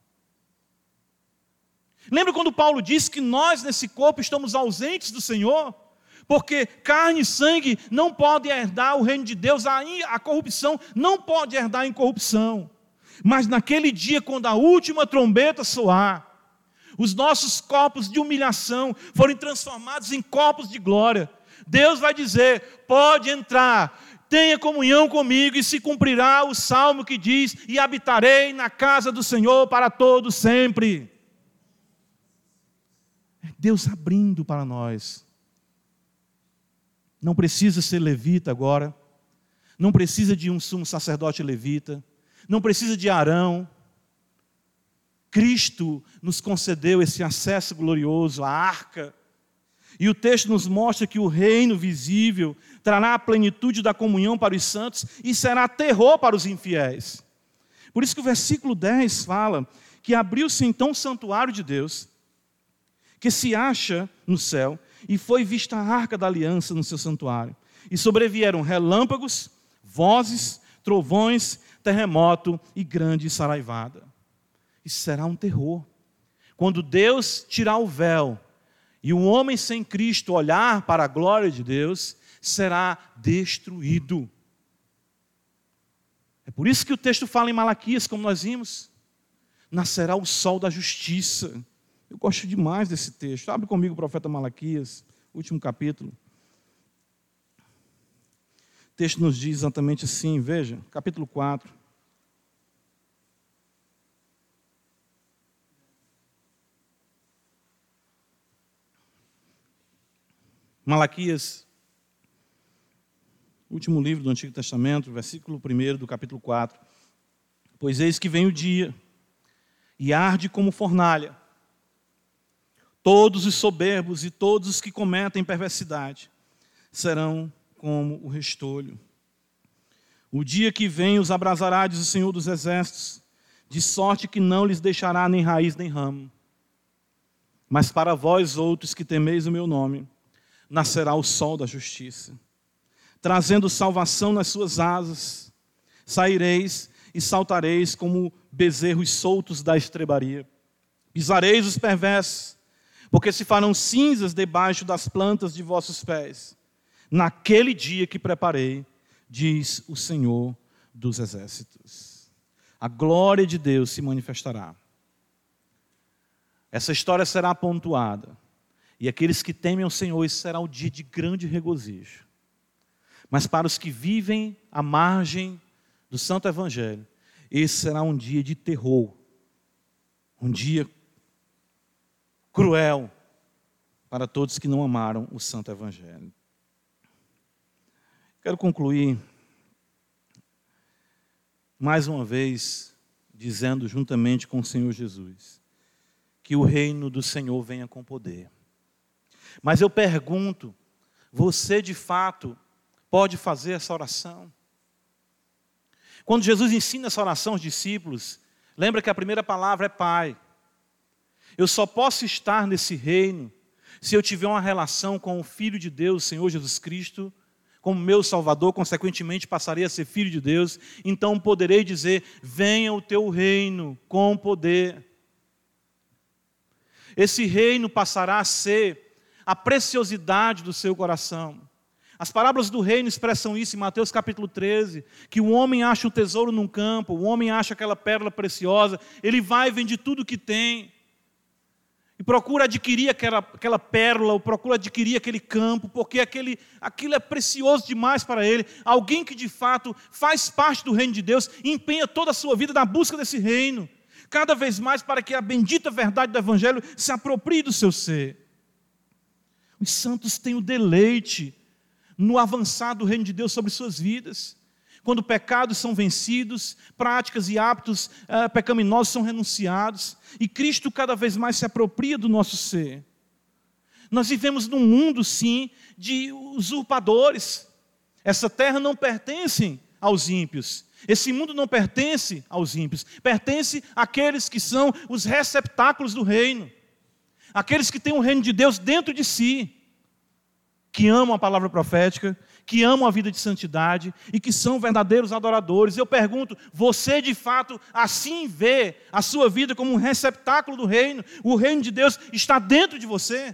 Lembra quando Paulo disse que nós nesse corpo estamos ausentes do Senhor? Porque carne e sangue não podem herdar o reino de Deus, a corrupção não pode herdar a incorrupção. Mas naquele dia, quando a última trombeta soar, os nossos corpos de humilhação forem transformados em corpos de glória, Deus vai dizer: pode entrar, tenha comunhão comigo, e se cumprirá o salmo que diz: e habitarei na casa do Senhor para todo sempre. É Deus abrindo para nós. Não precisa ser levita agora, não precisa de um sumo sacerdote levita, não precisa de Arão. Cristo nos concedeu esse acesso glorioso à arca. E o texto nos mostra que o reino visível trará a plenitude da comunhão para os santos e será terror para os infiéis. Por isso que o versículo 10 fala que abriu-se então o santuário de Deus, que se acha no céu, e foi vista a arca da aliança no seu santuário. E sobrevieram relâmpagos, vozes, trovões, terremoto e grande saraivada. Isso será um terror. Quando Deus tirar o véu e o homem sem Cristo olhar para a glória de Deus, será destruído. É por isso que o texto fala em Malaquias, como nós vimos: nascerá o sol da justiça. Eu gosto demais desse texto. Abre comigo o profeta Malaquias, último capítulo. O texto nos diz exatamente assim, veja, capítulo 4. Malaquias, último livro do Antigo Testamento, versículo 1 do capítulo 4. Pois eis que vem o dia, e arde como fornalha. Todos os soberbos e todos os que cometem perversidade serão como o restolho. O dia que vem os abrasará, diz o Senhor dos Exércitos, de sorte que não lhes deixará nem raiz nem ramo. Mas para vós outros que temeis o meu nome, nascerá o sol da justiça, trazendo salvação nas suas asas. Saireis e saltareis como bezerros soltos da estrebaria. Pisareis os perversos, porque se farão cinzas debaixo das plantas de vossos pés, naquele dia que preparei, diz o Senhor dos Exércitos. A glória de Deus se manifestará. Essa história será pontuada. E aqueles que temem ao Senhor, esse será o dia de grande regozijo. Mas para os que vivem à margem do Santo Evangelho, esse será um dia de terror. Um dia cruel para todos que não amaram o Santo Evangelho. Quero concluir mais uma vez dizendo juntamente com o Senhor Jesus que o reino do Senhor venha com poder. Mas eu pergunto, você de fato pode fazer essa oração? Quando Jesus ensina essa oração aos discípulos, lembra que a primeira palavra é Pai. Eu só posso estar nesse reino se eu tiver uma relação com o Filho de Deus, o Senhor Jesus Cristo, como meu Salvador, consequentemente passarei a ser filho de Deus, então poderei dizer: venha o teu reino com poder. Esse reino passará a ser a preciosidade do seu coração. As parábolas do reino expressam isso em Mateus capítulo 13, que o homem acha um tesouro num campo, o homem acha aquela pérola preciosa, ele vai e vende tudo o que tem, e procura adquirir aquela pérola, ou procura adquirir aquele campo, porque aquilo é precioso demais para ele. Alguém que de fato faz parte do reino de Deus, empenha toda a sua vida na busca desse reino, cada vez mais para que a bendita verdade do Evangelho se aproprie do seu ser. Os santos têm o deleite no avançar do reino de Deus sobre suas vidas. Quando pecados são vencidos, práticas e hábitos pecaminosos são renunciados, e Cristo cada vez mais se apropria do nosso ser. Nós vivemos num mundo, sim, de usurpadores. Essa terra não pertence aos ímpios. Esse mundo não pertence aos ímpios. Pertence àqueles que são os receptáculos do reino. Aqueles que têm o reino de Deus dentro de si, que amam a palavra profética, que amam a vida de santidade e que são verdadeiros adoradores. Eu pergunto, você de fato assim vê a sua vida como um receptáculo do reino? O reino de Deus está dentro de você?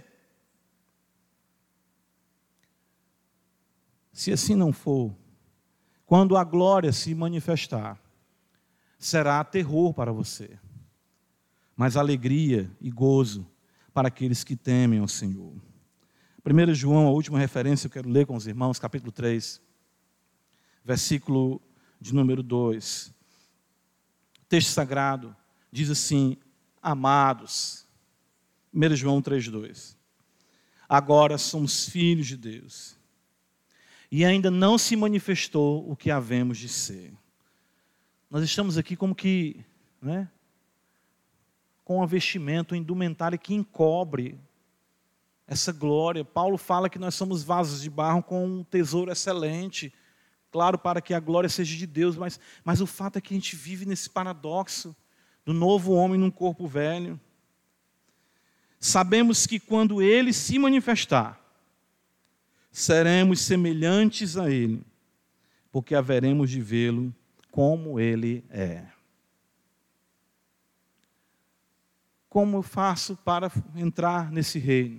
Se assim não for, quando a glória se manifestar, será terror para você, mas alegria e gozo para aqueles que temem ao Senhor. 1 João, a última referência, eu quero ler com os irmãos, capítulo 3, versículo de número 2. O texto sagrado diz assim: amados, 1 João 3,2. Agora somos filhos de Deus, e ainda não se manifestou o que havemos de ser. Nós estamos aqui como que, né, com um vestimento, um indumentário que encobre essa glória. Paulo fala que nós somos vasos de barro com um tesouro excelente, claro, para que a glória seja de Deus, mas o fato é que a gente vive nesse paradoxo do novo homem num corpo velho. Sabemos que quando Ele se manifestar, seremos semelhantes a Ele, porque haveremos de vê-lo como Ele é. Como eu faço para entrar nesse reino?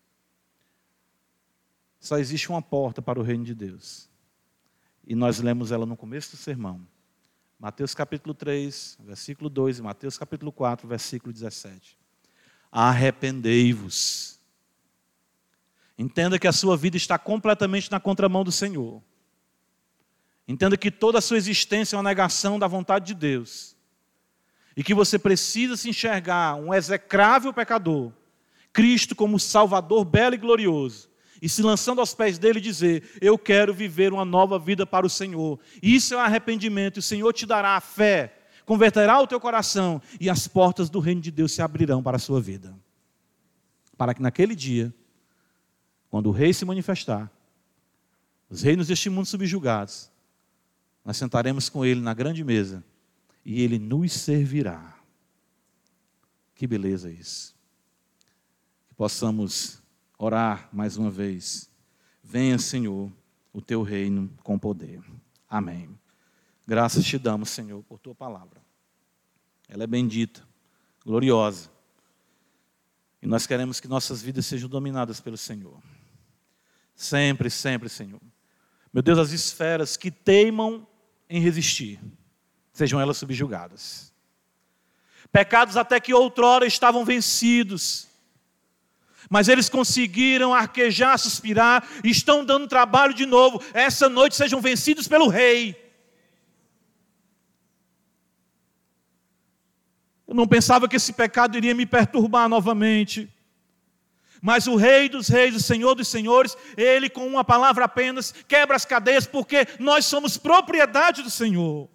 Só existe uma porta para o reino de Deus. E nós lemos ela no começo do sermão. Mateus capítulo 3, versículo 2, e Mateus capítulo 4, versículo 17. Arrependei-vos. Entenda que a sua vida está completamente na contramão do Senhor. Entenda que toda a sua existência é uma negação da vontade de Deus. E que você precisa se enxergar um execrável pecador, Cristo como Salvador belo e glorioso, e se lançando aos pés dele dizer: eu quero viver uma nova vida para o Senhor. Isso é um arrependimento, e o Senhor te dará a fé, converterá o teu coração, e as portas do reino de Deus se abrirão para a sua vida. Para que naquele dia, quando o rei se manifestar, os reinos deste mundo subjugados, nós sentaremos com ele na grande mesa, e ele nos servirá. Que beleza isso. Que possamos orar mais uma vez. Venha, Senhor, o teu reino com poder. Amém. Graças te damos, Senhor, por tua palavra. Ela é bendita, gloriosa. E nós queremos que nossas vidas sejam dominadas pelo Senhor. Sempre, sempre, Senhor. Meu Deus, as esferas que teimam em resistir, sejam elas subjugadas. Pecados até que outrora estavam vencidos, mas eles conseguiram arquejar, suspirar, e estão dando trabalho de novo. Essa noite sejam vencidos pelo Rei. Eu não pensava que esse pecado iria me perturbar novamente. Mas o Rei dos Reis, o Senhor dos Senhores, Ele com uma palavra apenas quebra as cadeias, porque nós somos propriedade do Senhor.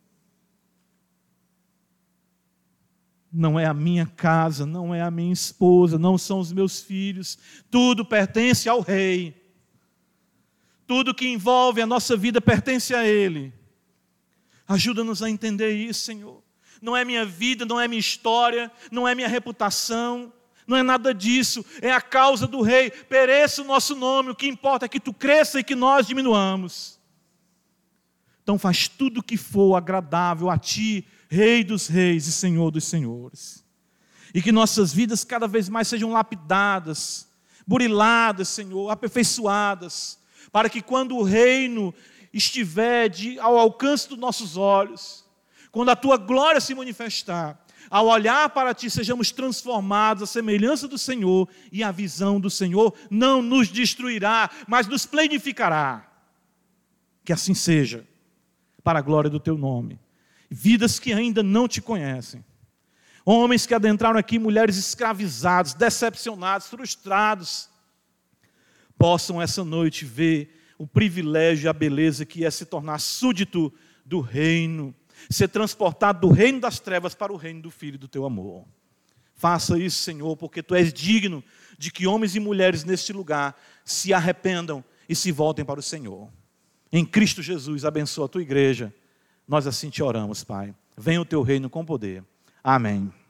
Não é a minha casa, não é a minha esposa, não são os meus filhos. Tudo pertence ao Rei. Tudo que envolve a nossa vida pertence a Ele. Ajuda-nos a entender isso, Senhor. Não é minha vida, não é minha história, não é minha reputação, não é nada disso. É a causa do Rei. Pereça o nosso nome, o que importa é que Tu cresça e que nós diminuamos. Então faz tudo o que for agradável a Ti, Rei dos Reis e Senhor dos Senhores. E que nossas vidas cada vez mais sejam lapidadas, buriladas, Senhor, aperfeiçoadas, para que quando o reino estiver ao alcance dos nossos olhos, quando a Tua glória se manifestar, ao olhar para Ti sejamos transformados à semelhança do Senhor, e a visão do Senhor não nos destruirá, mas nos plenificará. Que assim seja, para a glória do Teu nome. Vidas que ainda não Te conhecem. Homens que adentraram aqui, mulheres escravizados, decepcionados, frustrados, possam essa noite ver o privilégio e a beleza que é se tornar súdito do reino, ser transportado do reino das trevas para o reino do Filho do Teu amor. Faça isso, Senhor, porque Tu és digno de que homens e mulheres neste lugar se arrependam e se voltem para o Senhor. Em Cristo Jesus, abençoa a Tua igreja. Nós assim Te oramos, Pai. Venha o Teu reino com poder. Amém.